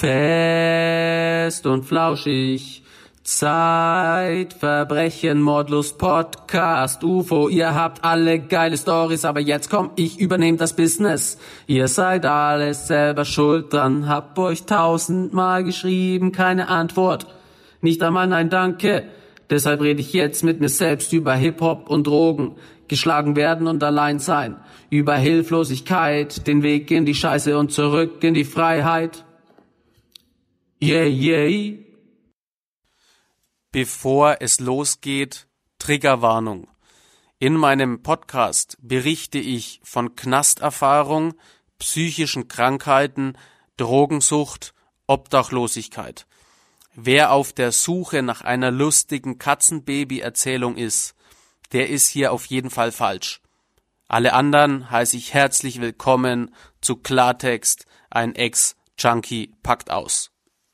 Fest und flauschig, Zeitverbrechen, Mordlust, Podcast, UFO, ihr habt alle geile Storys, aber jetzt komm, ich übernehm das Business. Ihr seid alles selber schuld dran, hab euch 1000-mal geschrieben, keine Antwort. Nicht einmal nein, danke. Deshalb rede ich jetzt mit mir selbst über Hip-Hop und Drogen, geschlagen werden und allein sein, über Hilflosigkeit, den Weg in die Scheiße und zurück in die Freiheit. Yeah, yeah. Bevor es losgeht, Triggerwarnung. In meinem Podcast berichte ich von Knasterfahrung, psychischen Krankheiten, Drogensucht, Obdachlosigkeit. Wer auf der Suche nach einer lustigen Katzenbaby-Erzählung ist, der ist hier auf jeden Fall falsch. Alle anderen heiße ich herzlich willkommen zu Klartext, ein Ex-Junkie packt aus.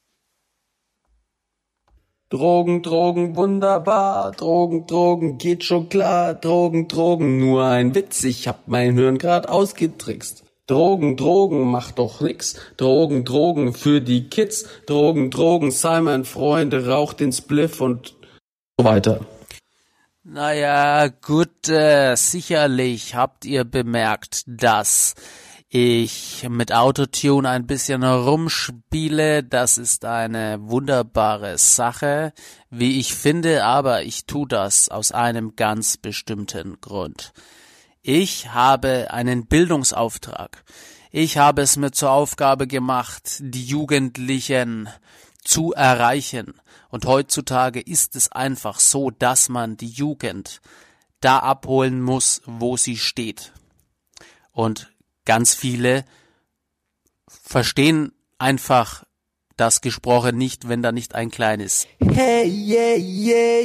Drogen, Drogen, wunderbar, Drogen, Drogen, geht schon klar, Drogen, Drogen, nur ein Witz, ich hab mein Hirn grad ausgetrickst. Drogen, Drogen, mach doch nix, Drogen, Drogen für die Kids, Drogen, Drogen, sei mein Freund, rauch den Spliff und so weiter. Naja, gut, sicherlich habt ihr bemerkt, dass ich mit Autotune ein bisschen rumspiele. Das ist eine wunderbare Sache, wie ich finde, aber ich tue das aus einem ganz bestimmten Grund. Ich habe einen Bildungsauftrag. Ich habe es mir zur Aufgabe gemacht, die Jugendlichen zu erreichen. Und heutzutage ist es einfach so, dass man die Jugend da abholen muss, wo sie steht. Und ganz viele verstehen einfach das Gesprochen nicht, wenn da nicht ein kleines Hey, yeah, yeah,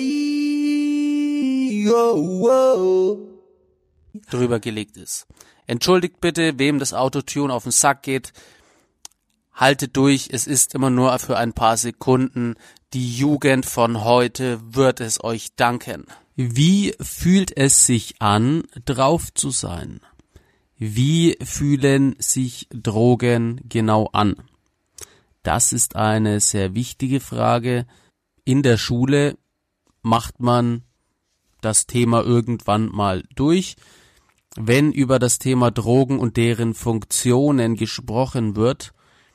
yo, wow drüber gelegt ist. Entschuldigt bitte, wem das Autotune auf den Sack geht. Haltet durch, es ist immer nur für ein paar Sekunden. Die Jugend von heute wird es euch danken. Wie fühlt es sich an, drauf zu sein? Wie fühlen sich Drogen genau an? Das ist eine sehr wichtige Frage. In der Schule macht man das Thema irgendwann mal durch. Wenn über das Thema Drogen und deren Funktionen gesprochen wird,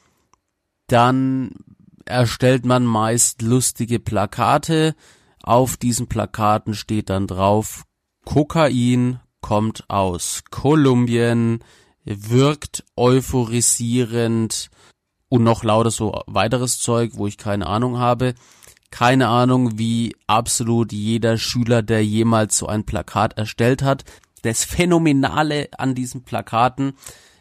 dann erstellt man meist lustige Plakate. Auf diesen Plakaten steht dann drauf: Kokain kommt aus Kolumbien, wirkt euphorisierend und noch lauter so weiteres Zeug, wo ich keine Ahnung habe. Keine Ahnung, wie absolut jeder Schüler, der jemals so ein Plakat erstellt hat. Das Phänomenale an diesen Plakaten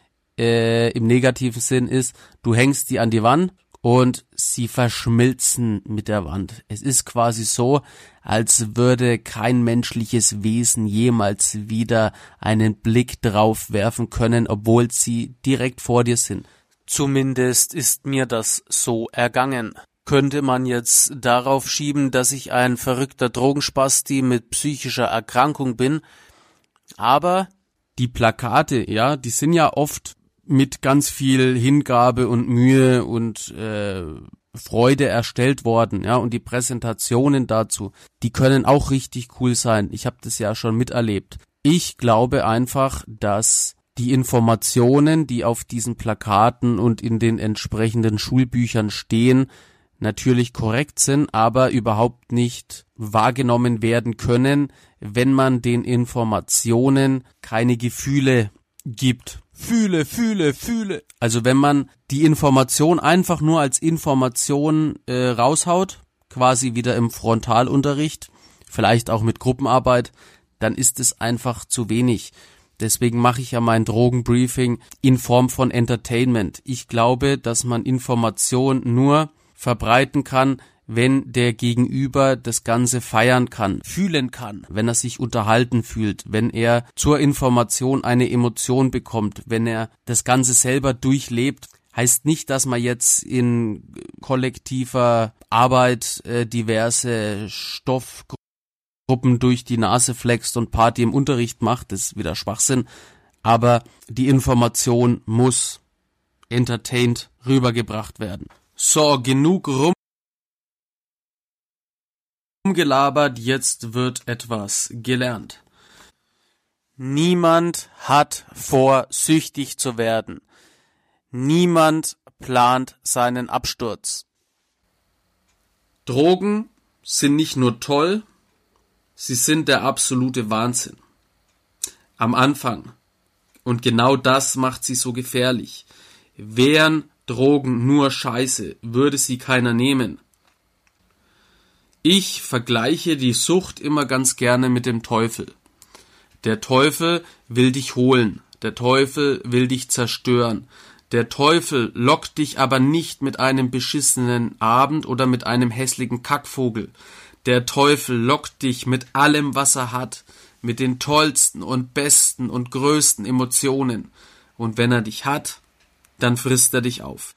im negativen Sinn ist, du hängst die an die Wand und sie verschmilzen mit der Wand. Es ist quasi so, als würde kein menschliches Wesen jemals wieder einen Blick drauf werfen können, obwohl sie direkt vor dir sind. Zumindest ist mir das so ergangen. Könnte man jetzt darauf schieben, dass ich ein verrückter Drogenspasti mit psychischer Erkrankung bin, aber die Plakate, ja, die sind ja oft mit ganz viel Hingabe und Mühe und Freude erstellt worden, ja, und die Präsentationen dazu, die können auch richtig cool sein. Ich habe das ja schon miterlebt. Ich glaube einfach, dass die Informationen, die auf diesen Plakaten und in den entsprechenden Schulbüchern stehen, natürlich korrekt sind, aber überhaupt nicht wahrgenommen werden können, wenn man den Informationen keine Gefühle gibt. Fühle. Also wenn man die Information einfach nur als Information raushaut, quasi wieder im Frontalunterricht, vielleicht auch mit Gruppenarbeit, dann ist es einfach zu wenig. Deswegen mache ich ja mein Drogenbriefing in Form von Entertainment. Ich glaube, dass man Information nur verbreiten kann, wenn der Gegenüber das Ganze feiern kann, fühlen kann, wenn er sich unterhalten fühlt, wenn er zur Information eine Emotion bekommt, wenn er das Ganze selber durchlebt. Heißt nicht, dass man jetzt in kollektiver Arbeit diverse Stoffgruppen durch die Nase flext und Party im Unterricht macht, das ist wieder Schwachsinn, aber die Information muss entertained rübergebracht werden. So, genug rumgelabert, jetzt wird etwas gelernt. Niemand hat vor, süchtig zu werden. Niemand plant seinen Absturz. Drogen sind nicht nur toll, sie sind der absolute Wahnsinn. Am Anfang. Und genau das macht sie so gefährlich. Wären Drogen nur Scheiße, würde sie keiner nehmen. Ich vergleiche die Sucht immer ganz gerne mit dem Teufel. Der Teufel will dich holen, der Teufel will dich zerstören. Der Teufel lockt dich aber nicht mit einem beschissenen Abend oder mit einem hässlichen Kackvogel. Der Teufel lockt dich mit allem, was er hat, mit den tollsten und besten und größten Emotionen. Und wenn er dich hat, dann frisst er dich auf.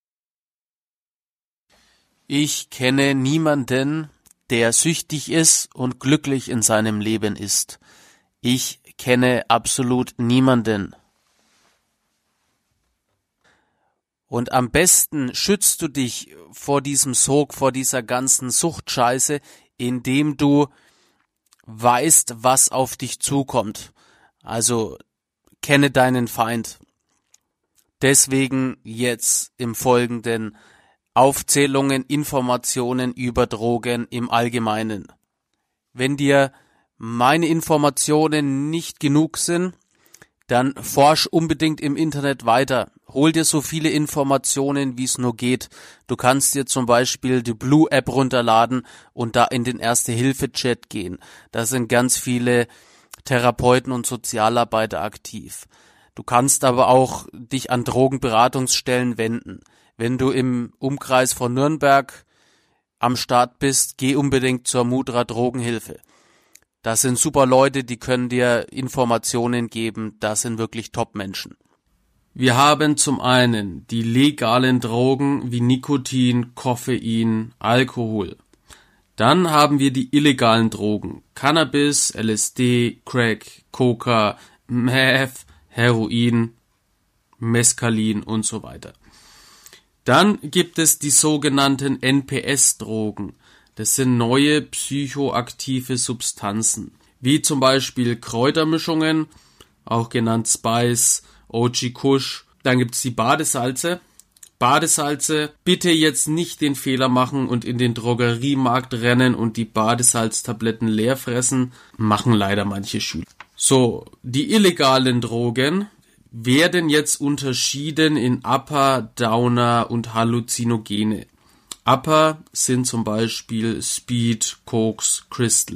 Ich kenne niemanden, der süchtig ist und glücklich in seinem Leben ist. Ich kenne absolut niemanden. Und am besten schützt du dich vor diesem Sog, vor dieser ganzen Suchtscheiße, indem du weißt, was auf dich zukommt. Also kenne deinen Feind. Deswegen jetzt im Folgenden Aufzählungen, Informationen über Drogen im Allgemeinen. Wenn dir meine Informationen nicht genug sind, dann forsch unbedingt im Internet weiter. Hol dir so viele Informationen, wie es nur geht. Du kannst dir zum Beispiel die Blue-App runterladen und da in den Erste-Hilfe-Chat gehen. Da sind ganz viele Therapeuten und Sozialarbeiter aktiv. Du kannst aber auch dich an Drogenberatungsstellen wenden. Wenn du im Umkreis von Nürnberg am Start bist, geh unbedingt zur Mudra Drogenhilfe. Das sind super Leute, die können dir Informationen geben. Das sind wirklich Top-Menschen. Wir haben zum einen die legalen Drogen wie Nikotin, Koffein, Alkohol. Dann haben wir die illegalen Drogen, Cannabis, LSD, Crack, Coca, Meth, Heroin, Mescalin und so weiter. Dann gibt es die sogenannten NPS-Drogen. Das sind neue psychoaktive Substanzen, wie zum Beispiel Kräutermischungen, auch genannt Spice, OG Kush. Dann gibt's die Badesalze. Badesalze, bitte jetzt nicht den Fehler machen und in den Drogeriemarkt rennen und die Badesalztabletten leer fressen, machen leider manche Schüler. So, die illegalen Drogen werden jetzt unterschieden in Upper, Downer und Halluzinogene. Upper sind zum Beispiel Speed, Koks, Crystal.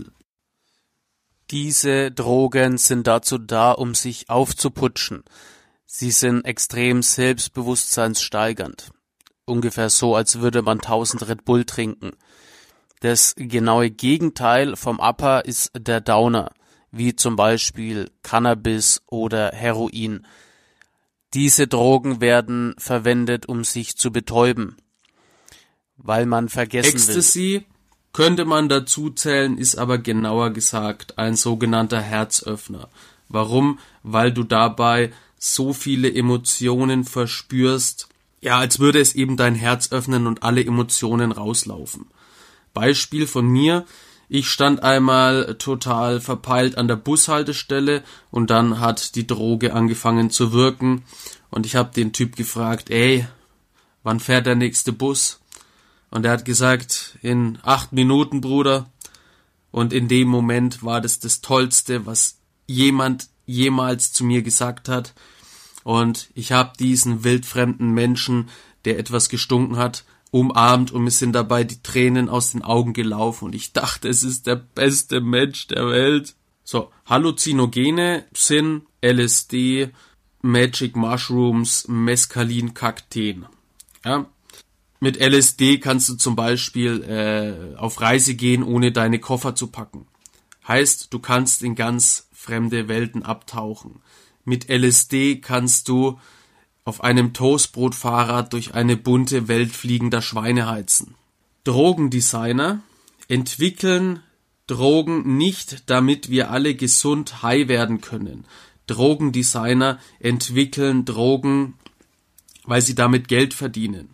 Diese Drogen sind dazu da, um sich aufzuputschen. Sie sind extrem selbstbewusstseinssteigernd. Ungefähr so, als würde man 1000 Red Bull trinken. Das genaue Gegenteil vom Upper ist der Downer, wie zum Beispiel Cannabis oder Heroin. Diese Drogen werden verwendet, um sich zu betäuben, weil man vergessen Ecstasy könnte man dazu zählen, ist aber genauer gesagt ein sogenannter Herzöffner. Warum? Weil du dabei so viele Emotionen verspürst, ja, als würde es eben dein Herz öffnen und alle Emotionen rauslaufen. Beispiel von mir: Ich stand einmal total verpeilt an der Bushaltestelle und dann hat die Droge angefangen zu wirken und ich habe den Typ gefragt, ey, wann fährt der nächste Bus? Und er hat gesagt, in 8 Minuten, Bruder. Und in dem Moment war das Tollste, was jemand jemals zu mir gesagt hat. Und ich habe diesen wildfremden Menschen, der etwas gestunken hat, umarmt und mir sind dabei die Tränen aus den Augen gelaufen. Und ich dachte, es ist der beste Mensch der Welt. So, Halluzinogene sind LSD, Magic Mushrooms, Mescalin, Kakteen. Ja. Mit LSD kannst du zum Beispiel auf Reise gehen, ohne deine Koffer zu packen. Heißt, du kannst in ganz fremde Welten abtauchen. Mit LSD kannst du auf einem Toastbrotfahrrad durch eine bunte Welt fliegender Schweine heizen. Drogendesigner entwickeln Drogen nicht, damit wir alle gesund high werden können. Drogendesigner entwickeln Drogen, weil sie damit Geld verdienen.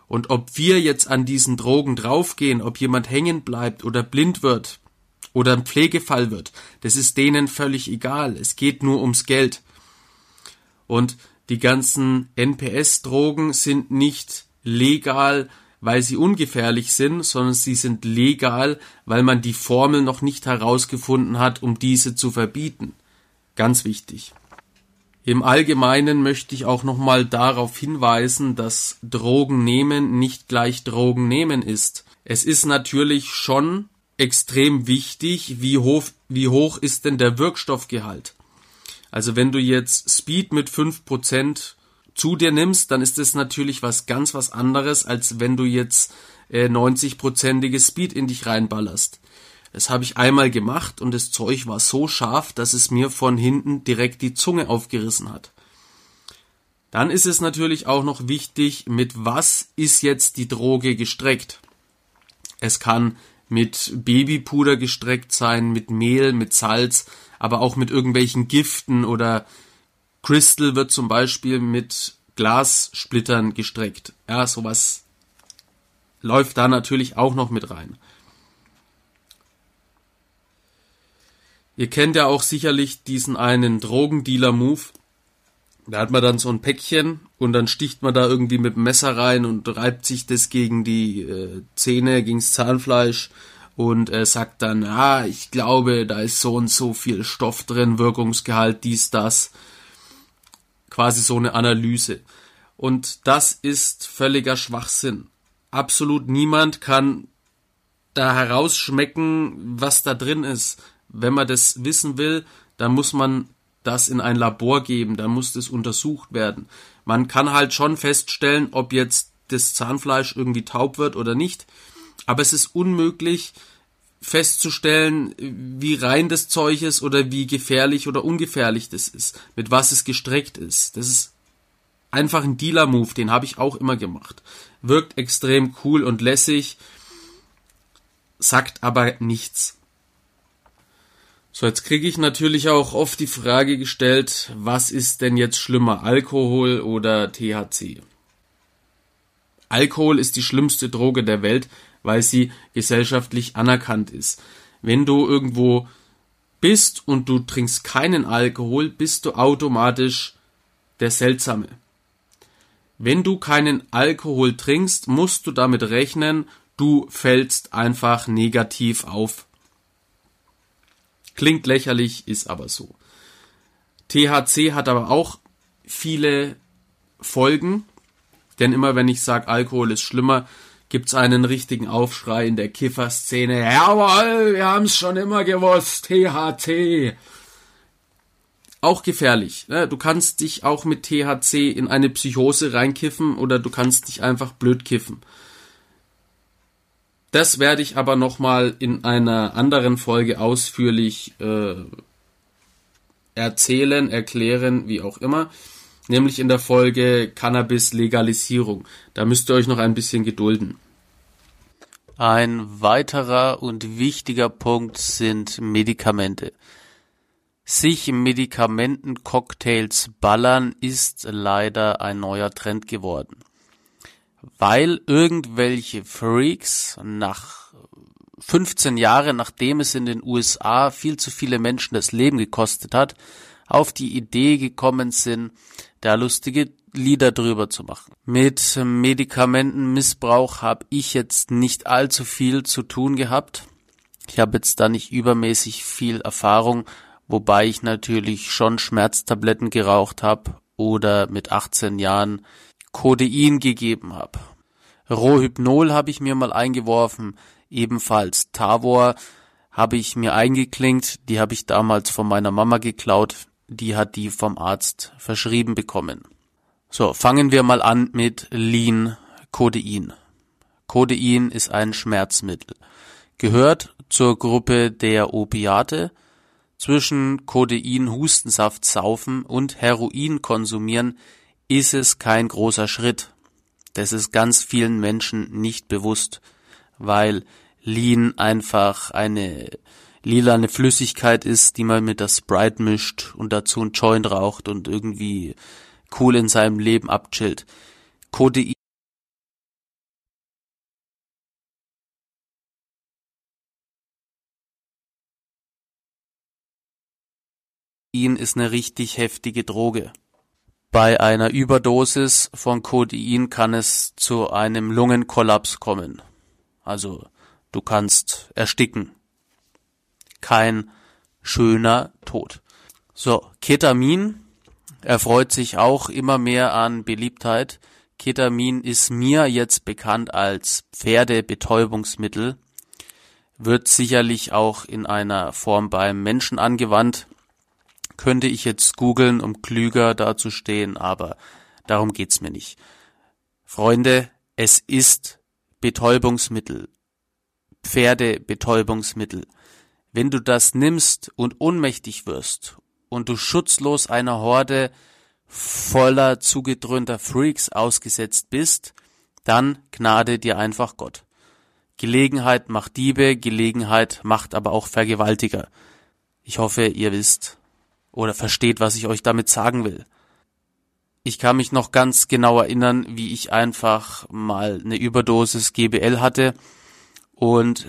Und ob wir jetzt an diesen Drogen draufgehen, ob jemand hängen bleibt oder blind wird oder ein Pflegefall wird, das ist denen völlig egal. Es geht nur ums Geld. Und die ganzen NPS-Drogen sind nicht legal, weil sie ungefährlich sind, sondern sie sind legal, weil man die Formel noch nicht herausgefunden hat, um diese zu verbieten. Ganz wichtig. Im Allgemeinen möchte ich auch nochmal darauf hinweisen, dass Drogen nehmen nicht gleich Drogen nehmen ist. Es ist natürlich schon extrem wichtig, wie hoch ist denn der Wirkstoffgehalt. Also wenn du jetzt Speed mit 5% zu dir nimmst, dann ist das natürlich was anderes, als wenn du jetzt 90%iges Speed in dich reinballerst. Das habe ich einmal gemacht und das Zeug war so scharf, dass es mir von hinten direkt die Zunge aufgerissen hat. Dann ist es natürlich auch noch wichtig, mit was ist jetzt die Droge gestreckt. Es kann mit Babypuder gestreckt sein, mit Mehl, mit Salz, aber auch mit irgendwelchen Giften oder Crystal wird zum Beispiel mit Glassplittern gestreckt. Ja, sowas läuft da natürlich auch noch mit rein. Ihr kennt ja auch sicherlich diesen einen Drogendealer-Move. Da hat man dann so ein Päckchen und dann sticht man da irgendwie mit dem Messer rein und reibt sich das gegen die Zähne, gegen das Zahnfleisch und sagt dann, ich glaube, da ist so und so viel Stoff drin, Wirkungsgehalt, dies, das. Quasi so eine Analyse. Und das ist völliger Schwachsinn. Absolut niemand kann da herausschmecken, was da drin ist. Wenn man das wissen will, dann muss man das in ein Labor geben, dann muss das untersucht werden. Man kann halt schon feststellen, ob jetzt das Zahnfleisch irgendwie taub wird oder nicht, aber es ist unmöglich festzustellen, wie rein das Zeug ist oder wie gefährlich oder ungefährlich das ist, mit was es gestreckt ist. Das ist einfach ein Dealer-Move, den habe ich auch immer gemacht. Wirkt extrem cool und lässig, sagt aber nichts. So, jetzt kriege ich natürlich auch oft die Frage gestellt, was ist denn jetzt schlimmer, Alkohol oder THC? Alkohol ist die schlimmste Droge der Welt, weil sie gesellschaftlich anerkannt ist. Wenn du irgendwo bist und du trinkst keinen Alkohol, bist du automatisch der Seltsame. Wenn du keinen Alkohol trinkst, musst du damit rechnen, du fällst einfach negativ auf. Klingt lächerlich, ist aber so. THC hat aber auch viele Folgen, denn immer wenn ich sage, Alkohol ist schlimmer, gibt's einen richtigen Aufschrei in der Kifferszene. Jawohl, wir haben's schon immer gewusst, THC. Auch gefährlich. Du kannst dich auch mit THC in eine Psychose reinkiffen oder du kannst dich einfach blöd kiffen. Das werde ich aber nochmal in einer anderen Folge ausführlich erklären, wie auch immer. Nämlich in der Folge Cannabis-Legalisierung. Da müsst ihr euch noch ein bisschen gedulden. Ein weiterer und wichtiger Punkt sind Medikamente. Sich Medikamentencocktails ballern ist leider ein neuer Trend geworden. Weil irgendwelche Freaks nach 15 Jahren, nachdem es in den USA viel zu viele Menschen das Leben gekostet hat, auf die Idee gekommen sind, da lustige Lieder drüber zu machen. Mit Medikamentenmissbrauch habe ich jetzt nicht allzu viel zu tun gehabt. Ich habe jetzt da nicht übermäßig viel Erfahrung, wobei ich natürlich schon Schmerztabletten geraucht habe oder mit 18 Jahren Codein gegeben habe. Rohypnol habe ich mir mal eingeworfen, ebenfalls Tavor habe ich mir eingeklinkt, die habe ich damals von meiner Mama geklaut, die hat die vom Arzt verschrieben bekommen. So, fangen wir mal an mit Lean, Codein. Codein ist ein Schmerzmittel, gehört zur Gruppe der Opiate. Zwischen Codein, Hustensaft saufen und Heroin konsumieren ist es kein großer Schritt. Das ist ganz vielen Menschen nicht bewusst, weil Lean einfach eine lilane Flüssigkeit ist, die man mit der Sprite mischt und dazu einen Joint raucht und irgendwie cool in seinem Leben abchillt. Codein ist eine richtig heftige Droge. Bei einer Überdosis von Codein kann es zu einem Lungenkollaps kommen. Also du kannst ersticken. Kein schöner Tod. So, Ketamin erfreut sich auch immer mehr an Beliebtheit. Ketamin ist mir jetzt bekannt als Pferdebetäubungsmittel, wird sicherlich auch in einer Form beim Menschen angewandt. Könnte ich jetzt googeln, um klüger dazustehen, aber darum geht's mir nicht. Freunde, es ist Betäubungsmittel, Pferdebetäubungsmittel. Wenn du das nimmst und ohnmächtig wirst und du schutzlos einer Horde voller zugedröhnter Freaks ausgesetzt bist, dann gnade dir einfach Gott. Gelegenheit macht Diebe, Gelegenheit macht aber auch Vergewaltiger. Ich hoffe, ihr wisst oder versteht, was ich euch damit sagen will. Ich kann mich noch ganz genau erinnern, wie ich einfach mal eine Überdosis GBL hatte und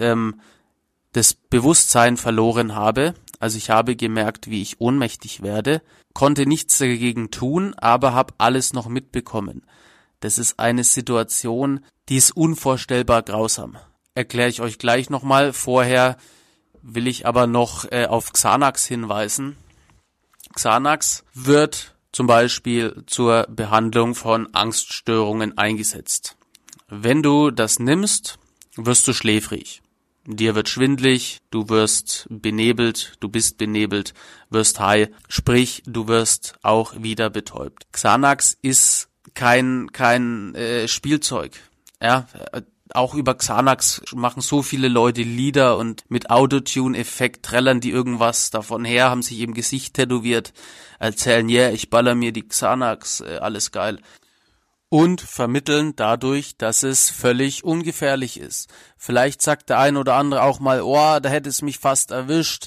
das Bewusstsein verloren habe. Also ich habe gemerkt, wie ich ohnmächtig werde, konnte nichts dagegen tun, aber habe alles noch mitbekommen. Das ist eine Situation, die ist unvorstellbar grausam. Erkläre ich euch gleich nochmal. Vorher will ich aber noch auf Xanax hinweisen. Xanax wird zum Beispiel zur Behandlung von Angststörungen eingesetzt. Wenn du das nimmst, wirst du schläfrig. Dir wird schwindlig, du wirst benebelt, du bist benebelt, wirst high, sprich, du wirst auch wieder betäubt. Xanax ist kein Spielzeug. Ja, auch über Xanax machen so viele Leute Lieder und mit Autotune-Effekt trällern die irgendwas davon her, haben sich im Gesicht tätowiert, erzählen, ich baller mir die Xanax, alles geil. Und vermitteln dadurch, dass es völlig ungefährlich ist. Vielleicht sagt der ein oder andere auch mal, da hätte es mich fast erwischt,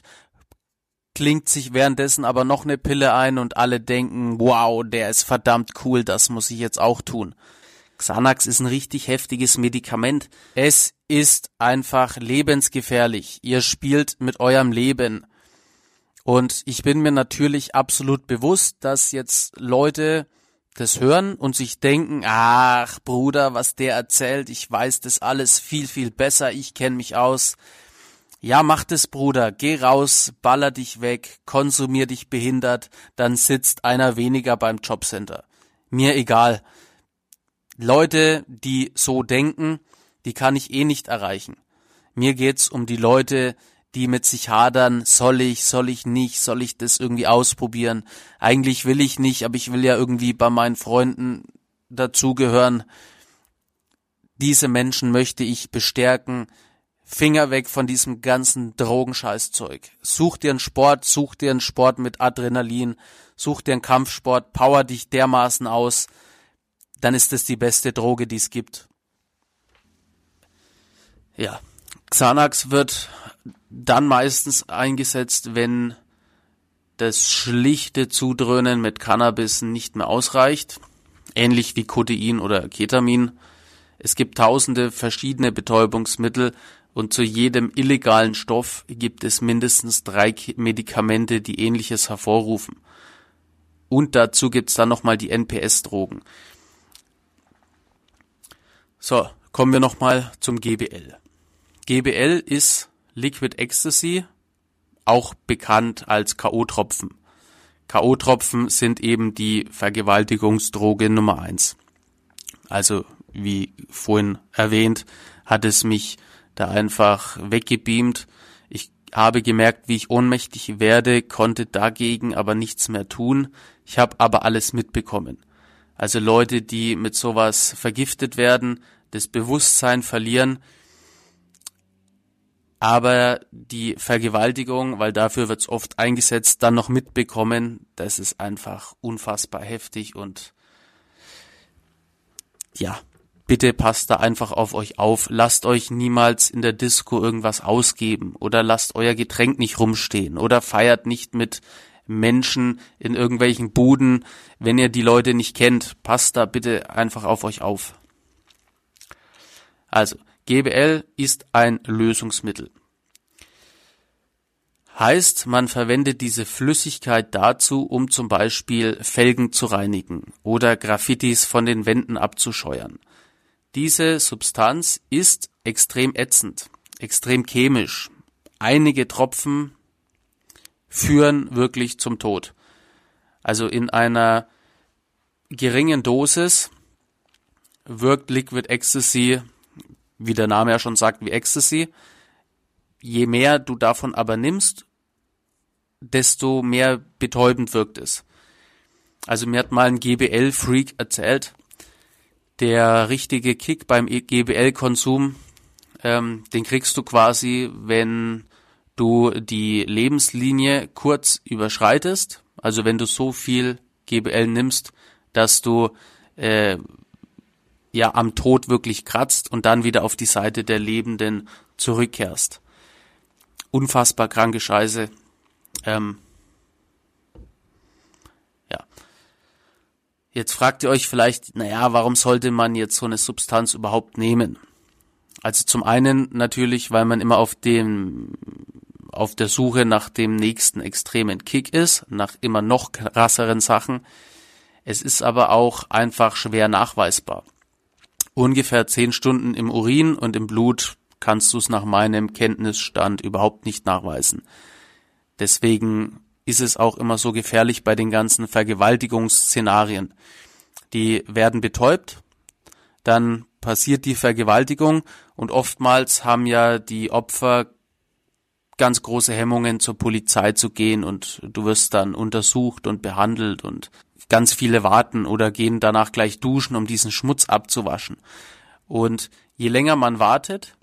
klingt sich währenddessen aber noch eine Pille ein und alle denken, wow, der ist verdammt cool, das muss ich jetzt auch tun. Xanax ist ein richtig heftiges Medikament. Es ist einfach lebensgefährlich. Ihr spielt mit eurem Leben. Und ich bin mir natürlich absolut bewusst, dass jetzt Leute das hören und sich denken, ach Bruder, was der erzählt, ich weiß das alles viel, viel besser, ich kenne mich aus. Ja, mach das, Bruder, geh raus, baller dich weg, konsumier dich behindert, dann sitzt einer weniger beim Jobcenter. Mir egal. Leute, die so denken, die kann ich eh nicht erreichen. Mir geht's um die Leute, die mit sich hadern, soll ich nicht, soll ich das irgendwie ausprobieren? Eigentlich will ich nicht, aber ich will ja irgendwie bei meinen Freunden dazugehören. Diese Menschen möchte ich bestärken. Finger weg von diesem ganzen Drogenscheißzeug. Such dir einen Sport mit Adrenalin, such dir einen Kampfsport, power dich dermaßen aus, dann ist es die beste Droge, die es gibt. Ja, Xanax wird dann meistens eingesetzt, wenn das schlichte Zudröhnen mit Cannabis nicht mehr ausreicht, ähnlich wie Codein oder Ketamin. Es gibt tausende verschiedene Betäubungsmittel und zu jedem illegalen Stoff gibt es mindestens 3 Medikamente, die Ähnliches hervorrufen. Und dazu gibt's dann nochmal die NPS-Drogen. So, kommen wir nochmal zum GBL. GBL ist Liquid Ecstasy, auch bekannt als K.O.-Tropfen. K.O.-Tropfen sind eben die Vergewaltigungsdroge Nummer 1. Also, wie vorhin erwähnt, hat es mich da einfach weggebeamt. Ich habe gemerkt, wie ich ohnmächtig werde, konnte dagegen aber nichts mehr tun. Ich habe aber alles mitbekommen. Also Leute, die mit sowas vergiftet werden, das Bewusstsein verlieren, aber die Vergewaltigung, weil dafür wird's oft eingesetzt, dann noch mitbekommen, das ist einfach unfassbar heftig und ja, bitte passt da einfach auf euch auf, lasst euch niemals in der Disco irgendwas ausgeben oder lasst euer Getränk nicht rumstehen oder feiert nicht mit Menschen in irgendwelchen Buden, wenn ihr die Leute nicht kennt, passt da bitte einfach auf euch auf. Also, GBL ist ein Lösungsmittel. Heißt, man verwendet diese Flüssigkeit dazu, um zum Beispiel Felgen zu reinigen oder Graffitis von den Wänden abzuscheuern. Diese Substanz ist extrem ätzend, extrem chemisch. Einige Tropfen führen wirklich zum Tod. Also in einer geringen Dosis wirkt Liquid Ecstasy, wie der Name ja schon sagt, wie Ecstasy. Je mehr du davon aber nimmst, desto mehr betäubend wirkt es. Also mir hat mal ein GBL-Freak erzählt, der richtige Kick beim GBL-Konsum, den kriegst du quasi, wenn du die Lebenslinie kurz überschreitest, also wenn du so viel GBL nimmst, dass du am Tod wirklich kratzt und dann wieder auf die Seite der Lebenden zurückkehrst. Unfassbar kranke Scheiße. Jetzt fragt ihr euch vielleicht, warum sollte man jetzt so eine Substanz überhaupt nehmen? Also zum einen natürlich, weil man immer auf der Suche nach dem nächsten extremen Kick ist, nach immer noch krasseren Sachen. Es ist aber auch einfach schwer nachweisbar. Ungefähr 10 Stunden im Urin und im Blut kannst du es nach meinem Kenntnisstand überhaupt nicht nachweisen. Deswegen ist es auch immer so gefährlich bei den ganzen Vergewaltigungsszenarien. Die werden betäubt, dann passiert die Vergewaltigung und oftmals haben ja die Opfer ganz große Hemmungen, zur Polizei zu gehen und du wirst dann untersucht und behandelt und ganz viele warten oder gehen danach gleich duschen, um diesen Schmutz abzuwaschen. Und je länger man wartet,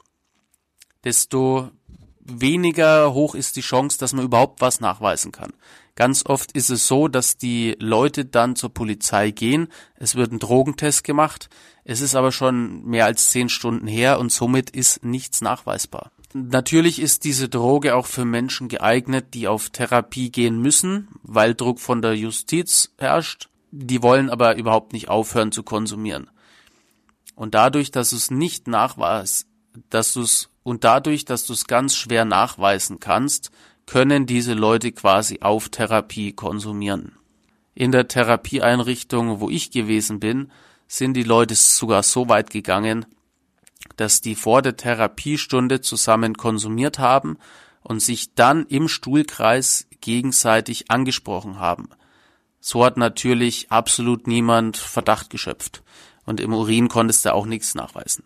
desto weniger hoch ist die Chance, dass man überhaupt was nachweisen kann. Ganz oft ist es so, dass die Leute dann zur Polizei gehen, es wird ein Drogentest gemacht, es ist aber schon mehr als 10 Stunden her und somit ist nichts nachweisbar. Natürlich ist diese Droge auch für Menschen geeignet, die auf Therapie gehen müssen, weil Druck von der Justiz herrscht. Die wollen aber überhaupt nicht aufhören zu konsumieren. Und dadurch, dass du es nicht nachweist, dass du es ganz schwer nachweisen kannst, können diese Leute quasi auf Therapie konsumieren. In der Therapieeinrichtung, wo ich gewesen bin, sind die Leute sogar so weit gegangen, dass die vor der Therapiestunde zusammen konsumiert haben und sich dann im Stuhlkreis gegenseitig angesprochen haben. So hat natürlich absolut niemand Verdacht geschöpft. Und im Urin konntest du auch nichts nachweisen.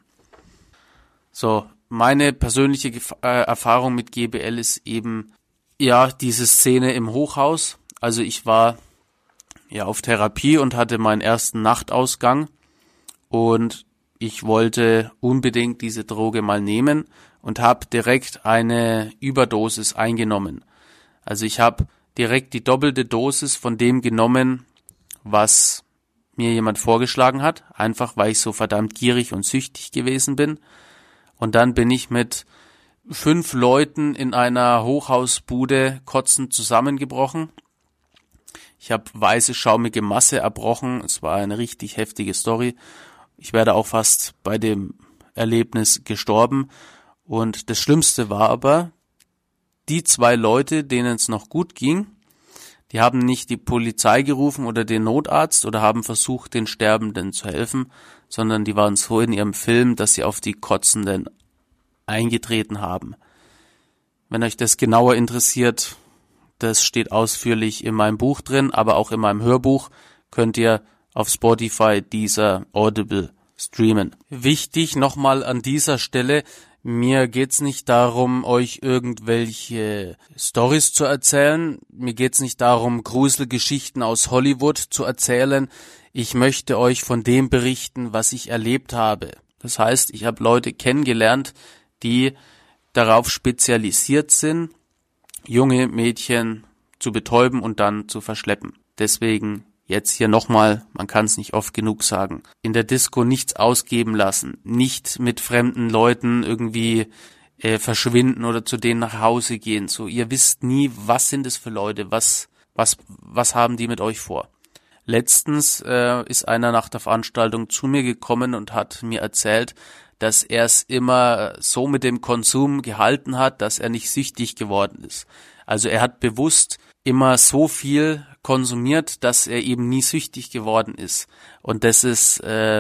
So, meine persönliche Erfahrung mit GBL ist eben, diese Szene im Hochhaus. Also ich war auf Therapie und hatte meinen ersten Nachtausgang und ich wollte unbedingt diese Droge mal nehmen und habe direkt eine Überdosis eingenommen. Also ich habe direkt die doppelte Dosis von dem genommen, was mir jemand vorgeschlagen hat, einfach weil ich so verdammt gierig und süchtig gewesen bin. Und dann bin ich mit 5 Leuten in einer Hochhausbude kotzend zusammengebrochen. Ich habe weiße, schaumige Masse erbrochen. Es war eine richtig heftige Story. Ich wäre auch fast bei dem Erlebnis gestorben. Und das Schlimmste war aber, die 2 Leute, denen es noch gut ging, die haben nicht die Polizei gerufen oder den Notarzt oder haben versucht, den Sterbenden zu helfen, sondern die waren so in ihrem Film, dass sie auf die Kotzenden eingetreten haben. Wenn euch das genauer interessiert, das steht ausführlich in meinem Buch drin, aber auch in meinem Hörbuch könnt ihr auf Spotify, Deezer, Audible streamen. Wichtig nochmal an dieser Stelle, mir geht's nicht darum, euch irgendwelche Storys zu erzählen. Mir geht's nicht darum, Gruselgeschichten aus Hollywood zu erzählen. Ich möchte euch von dem berichten, was ich erlebt habe. Das heißt, ich habe Leute kennengelernt, die darauf spezialisiert sind, junge Mädchen zu betäuben und dann zu verschleppen. Deswegen jetzt hier nochmal, man kann es nicht oft genug sagen, in der Disco nichts ausgeben lassen, nicht mit fremden Leuten irgendwie verschwinden oder zu denen nach Hause gehen. So, ihr wisst nie, was sind es für Leute, was haben die mit euch vor. Letztens ist einer nach der Veranstaltung zu mir gekommen und hat mir erzählt, dass er es immer so mit dem Konsum gehalten hat, dass er nicht süchtig geworden ist. Also er hat bewusst immer so viel konsumiert, dass er eben nie süchtig geworden ist. Und das ist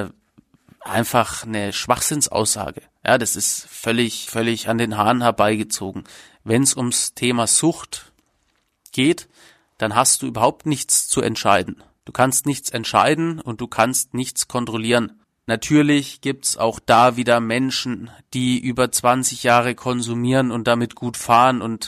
einfach eine Schwachsinnsaussage. Ja, das ist völlig an den Haaren herbeigezogen. Wenn es ums Thema Sucht geht, dann hast du überhaupt nichts zu entscheiden. Du kannst nichts entscheiden und du kannst nichts kontrollieren. Natürlich gibt's auch da wieder Menschen, die über 20 Jahre konsumieren und damit gut fahren und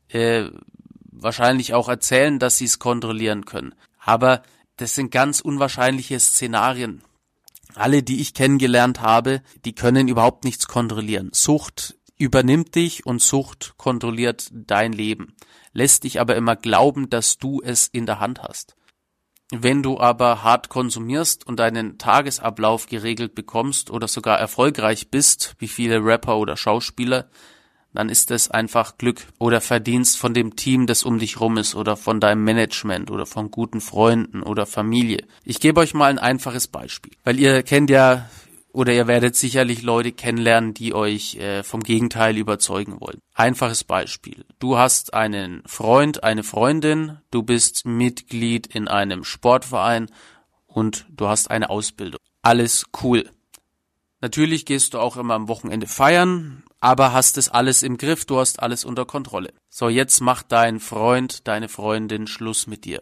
wahrscheinlich auch erzählen, dass sie es kontrollieren können. Aber das sind ganz unwahrscheinliche Szenarien. Alle, die ich kennengelernt habe, die können überhaupt nichts kontrollieren. Sucht übernimmt dich und Sucht kontrolliert dein Leben. Lässt dich aber immer glauben, dass du es in der Hand hast. Wenn du aber hart konsumierst und deinen Tagesablauf geregelt bekommst oder sogar erfolgreich bist, wie viele Rapper oder Schauspieler, dann ist es einfach Glück oder Verdienst von dem Team, das um dich rum ist oder von deinem Management oder von guten Freunden oder Familie. Ich gebe euch mal ein einfaches Beispiel, weil ihr kennt ja oder ihr werdet sicherlich Leute kennenlernen, die euch vom Gegenteil überzeugen wollen. Einfaches Beispiel. Du hast einen Freund, eine Freundin, du bist Mitglied in einem Sportverein und du hast eine Ausbildung. Alles cool. Natürlich gehst du auch immer am Wochenende feiern, aber hast es alles im Griff, du hast alles unter Kontrolle. So, jetzt macht dein Freund, deine Freundin Schluss mit dir.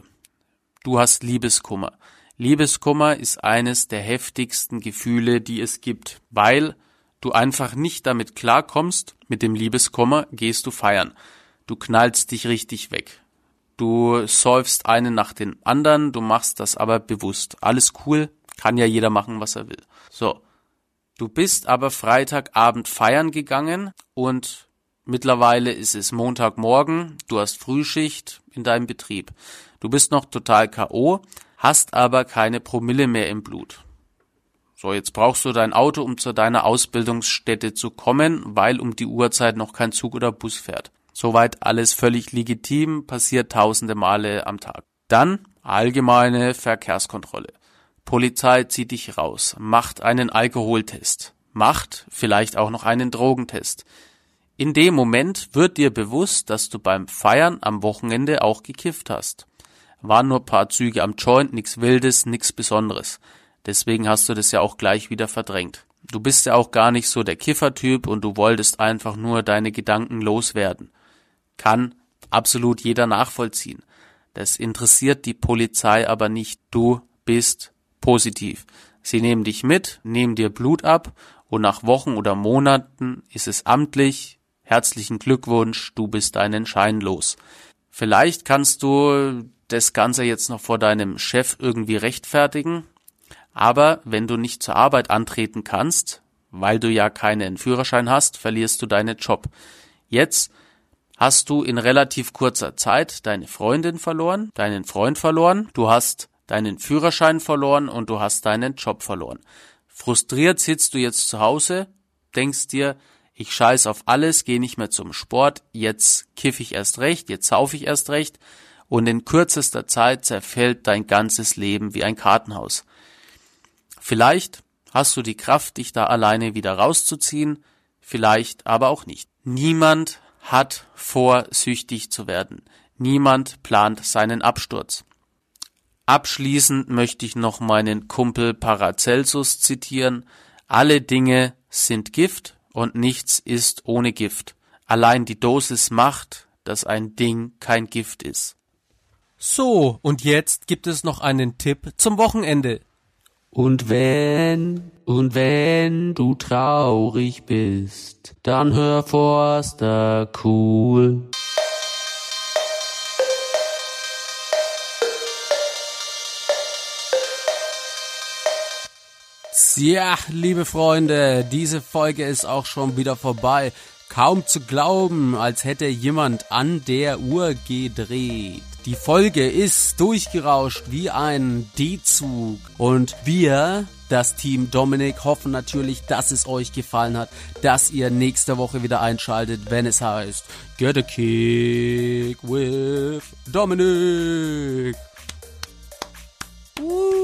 Du hast Liebeskummer. Liebeskummer ist eines der heftigsten Gefühle, die es gibt, weil du einfach nicht damit klarkommst, mit dem Liebeskummer gehst du feiern. Du knallst dich richtig weg. Du säufst einen nach den anderen, du machst das aber bewusst. Alles cool, kann ja jeder machen, was er will. So, du bist aber Freitagabend feiern gegangen und mittlerweile ist es Montagmorgen, du hast Frühschicht in deinem Betrieb. Du bist noch total K.O., hast aber keine Promille mehr im Blut. So, jetzt brauchst du dein Auto, um zu deiner Ausbildungsstätte zu kommen, weil um die Uhrzeit noch kein Zug oder Bus fährt. Soweit alles völlig legitim, passiert tausende Male am Tag. Dann allgemeine Verkehrskontrolle. Polizei zieht dich raus, macht einen Alkoholtest, macht vielleicht auch noch einen Drogentest. In dem Moment wird dir bewusst, dass du beim Feiern am Wochenende auch gekifft hast. Waren nur ein paar Züge am Joint, nichts Wildes, nichts Besonderes. Deswegen hast du das ja auch gleich wieder verdrängt. Du bist ja auch gar nicht so der Kiffertyp und du wolltest einfach nur deine Gedanken loswerden. Kann absolut jeder nachvollziehen. Das interessiert die Polizei aber nicht. Du bist positiv. Sie nehmen dich mit, nehmen dir Blut ab und nach Wochen oder Monaten ist es amtlich. Herzlichen Glückwunsch, du bist deinen Schein los. Vielleicht kannst du das Ganze jetzt noch vor deinem Chef irgendwie rechtfertigen, aber wenn du nicht zur Arbeit antreten kannst, weil du ja keinen Führerschein hast, verlierst du deinen Job. Jetzt hast du in relativ kurzer Zeit deine Freundin verloren, deinen Freund verloren, du hast deinen Führerschein verloren und du hast deinen Job verloren. Frustriert sitzt du jetzt zu Hause, denkst dir, ich scheiß auf alles, gehe nicht mehr zum Sport, jetzt kiff ich erst recht, jetzt sauf ich erst recht und in kürzester Zeit zerfällt dein ganzes Leben wie ein Kartenhaus. Vielleicht hast du die Kraft, dich da alleine wieder rauszuziehen, vielleicht aber auch nicht. Niemand hat vor, süchtig zu werden. Niemand plant seinen Absturz. Abschließend möchte ich noch meinen Kumpel Paracelsus zitieren. Alle Dinge sind Gift und nichts ist ohne Gift. Allein die Dosis macht, dass ein Ding kein Gift ist. So, und jetzt gibt es noch einen Tipp zum Wochenende. Und wenn du traurig bist, dann hör Forster cool. Ja, liebe Freunde, diese Folge ist auch schon wieder vorbei. Kaum zu glauben, als hätte jemand an der Uhr gedreht. Die Folge ist durchgerauscht wie ein D-Zug. Und wir, das Team Dominik, hoffen natürlich, dass es euch gefallen hat, dass ihr nächste Woche wieder einschaltet, wenn es heißt Get a Kick with Dominik.